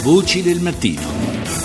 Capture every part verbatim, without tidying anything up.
Voci del mattino.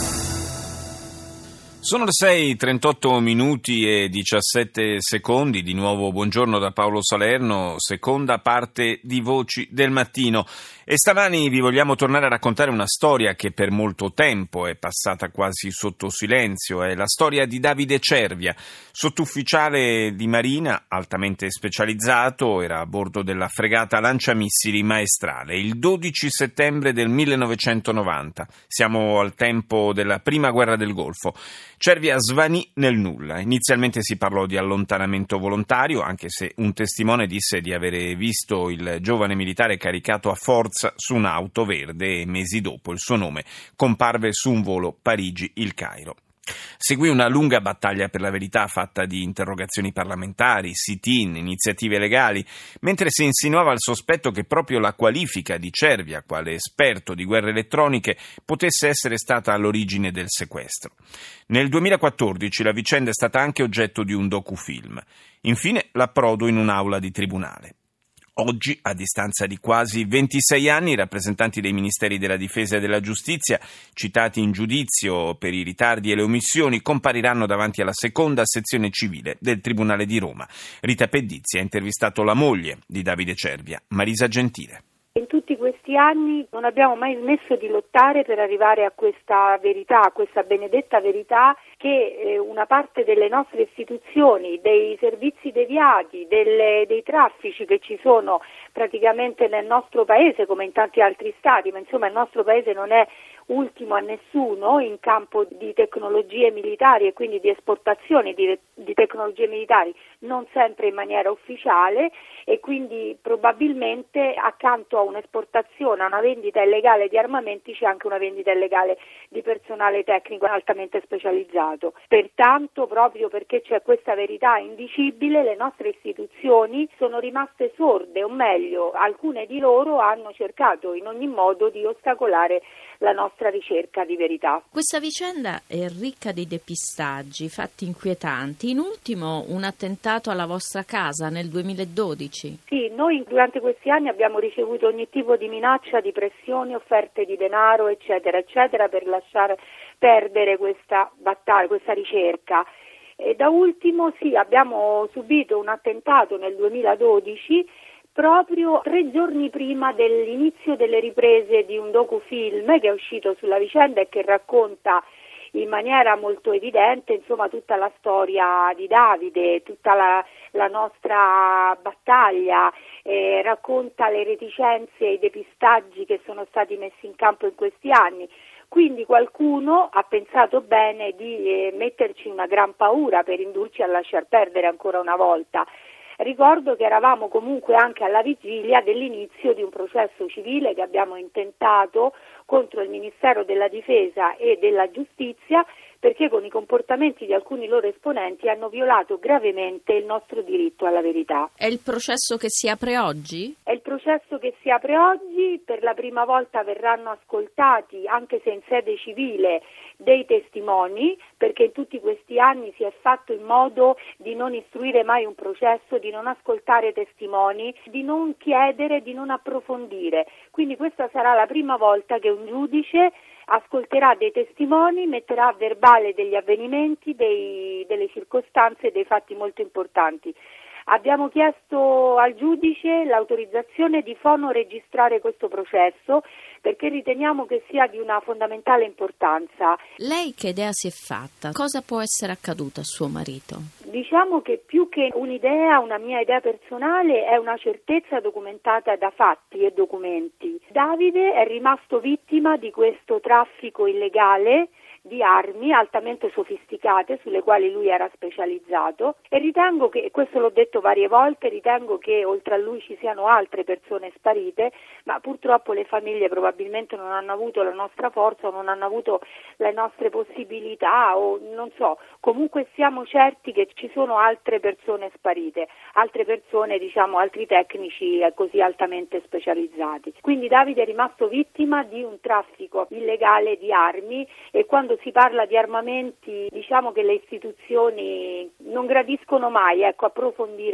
Sono le sei e trentotto minuti e diciassette secondi, di nuovo buongiorno da Paolo Salerno, seconda parte di Voci del Mattino. E stamani vi vogliamo tornare a raccontare una storia che per molto tempo è passata quasi sotto silenzio, è la storia di Davide Cervia, sottufficiale di Marina, altamente specializzato, era a bordo della fregata lanciamissili Maestrale, il dodici settembre del millenovecentonovanta, siamo al tempo della prima guerra del Golfo. Cervia svanì nel nulla. Inizialmente si parlò di allontanamento volontario, anche se un testimone disse di avere visto il giovane militare caricato a forza su un'auto verde e mesi dopo il suo nome comparve su un volo Parigi-Il Cairo. Seguì una lunga battaglia per la verità fatta di interrogazioni parlamentari, sit-in, iniziative legali, mentre si insinuava il sospetto che proprio la qualifica di Cervia, quale esperto di guerre elettroniche, potesse essere stata all'origine del sequestro. Nel duemilaquattordici la vicenda è stata anche oggetto di un docufilm. Infine l'approdo in un'aula di tribunale. Oggi, a distanza di quasi ventisei anni, i rappresentanti dei Ministeri della Difesa e della Giustizia, citati in giudizio per i ritardi e le omissioni, compariranno davanti alla seconda sezione civile del Tribunale di Roma. Rita Pedizzi ha intervistato la moglie di Davide Cervia, Marisa Gentile. In tutti questi anni non abbiamo mai smesso di lottare per arrivare a questa verità, a questa benedetta verità che una parte delle nostre istituzioni, dei servizi deviati, delle, dei traffici che ci sono praticamente nel nostro paese come in tanti altri stati, ma insomma il nostro paese non è ultimo a nessuno in campo di tecnologie militari e quindi di esportazione di, di tecnologie militari, non sempre in maniera ufficiale, e quindi probabilmente accanto a un'esportazione, a una vendita illegale di armamenti c'è anche una vendita illegale di personale tecnico altamente specializzato. Pertanto, proprio perché c'è questa verità indicibile, le nostre istituzioni sono rimaste sorde, o meglio, alcune di loro hanno cercato in ogni modo di ostacolare la nostra ricerca di verità. Questa vicenda è ricca di depistaggi, fatti inquietanti. In ultimo un attentato alla vostra casa nel duemiladodici. Sì, noi durante questi anni abbiamo ricevuto ogni tipo di minaccia, di pressioni, offerte di denaro, eccetera, eccetera, per lasciare perdere questa battaglia, questa ricerca. E da ultimo sì, abbiamo subito un attentato nel duemiladodici, proprio tre giorni prima dell'inizio delle riprese di un docufilm che è uscito sulla vicenda e che racconta in maniera molto evidente insomma tutta la storia di Davide, tutta la, la nostra battaglia, eh, racconta le reticenze e i depistaggi che sono stati messi in campo in questi anni. Quindi qualcuno ha pensato bene di eh, metterci una gran paura per indurci a lasciar perdere ancora una volta. Ricordo che eravamo comunque anche alla vigilia dell'inizio di un processo civile che abbiamo intentato contro il Ministero della Difesa e della Giustizia, perché con i comportamenti di alcuni loro esponenti hanno violato gravemente il nostro diritto alla verità. È il processo che si apre oggi? È il processo che si apre oggi, per la prima volta verranno ascoltati, anche se in sede civile, dei testimoni, perché in tutti questi anni si è fatto in modo di non istruire mai un processo, di non ascoltare testimoni, di non chiedere, di non approfondire. Quindi questa sarà la prima volta che un giudice ascolterà dei testimoni, metterà a verbale degli avvenimenti, dei, delle circostanze, dei fatti molto importanti. Abbiamo chiesto al giudice l'autorizzazione di fonoregistrare questo processo perché riteniamo che sia di una fondamentale importanza. Lei che idea si è fatta? Cosa può essere accaduto a suo marito? Diciamo che più che un'idea, una mia idea personale, è una certezza documentata da fatti e documenti. Davide è rimasto vittima di questo traffico illegale di armi altamente sofisticate sulle quali lui era specializzato e ritengo che, e questo l'ho detto varie volte, ritengo che oltre a lui ci siano altre persone sparite, ma purtroppo le famiglie probabilmente non hanno avuto la nostra forza o non hanno avuto le nostre possibilità o non so, comunque siamo certi che ci sono altre persone sparite, altre persone, diciamo, altri tecnici così altamente specializzati. Quindi Davide è rimasto vittima di un traffico illegale di armi e quando si parla di armamenti diciamo che le istituzioni non gradiscono mai ecco, approfondire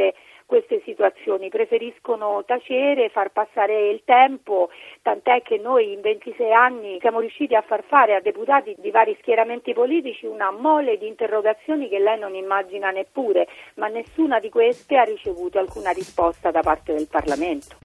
queste situazioni, preferiscono tacere, far passare il tempo, tant'è che noi in ventisei anni siamo riusciti a far fare a deputati di vari schieramenti politici una mole di interrogazioni che lei non immagina neppure, ma nessuna di queste ha ricevuto alcuna risposta da parte del Parlamento.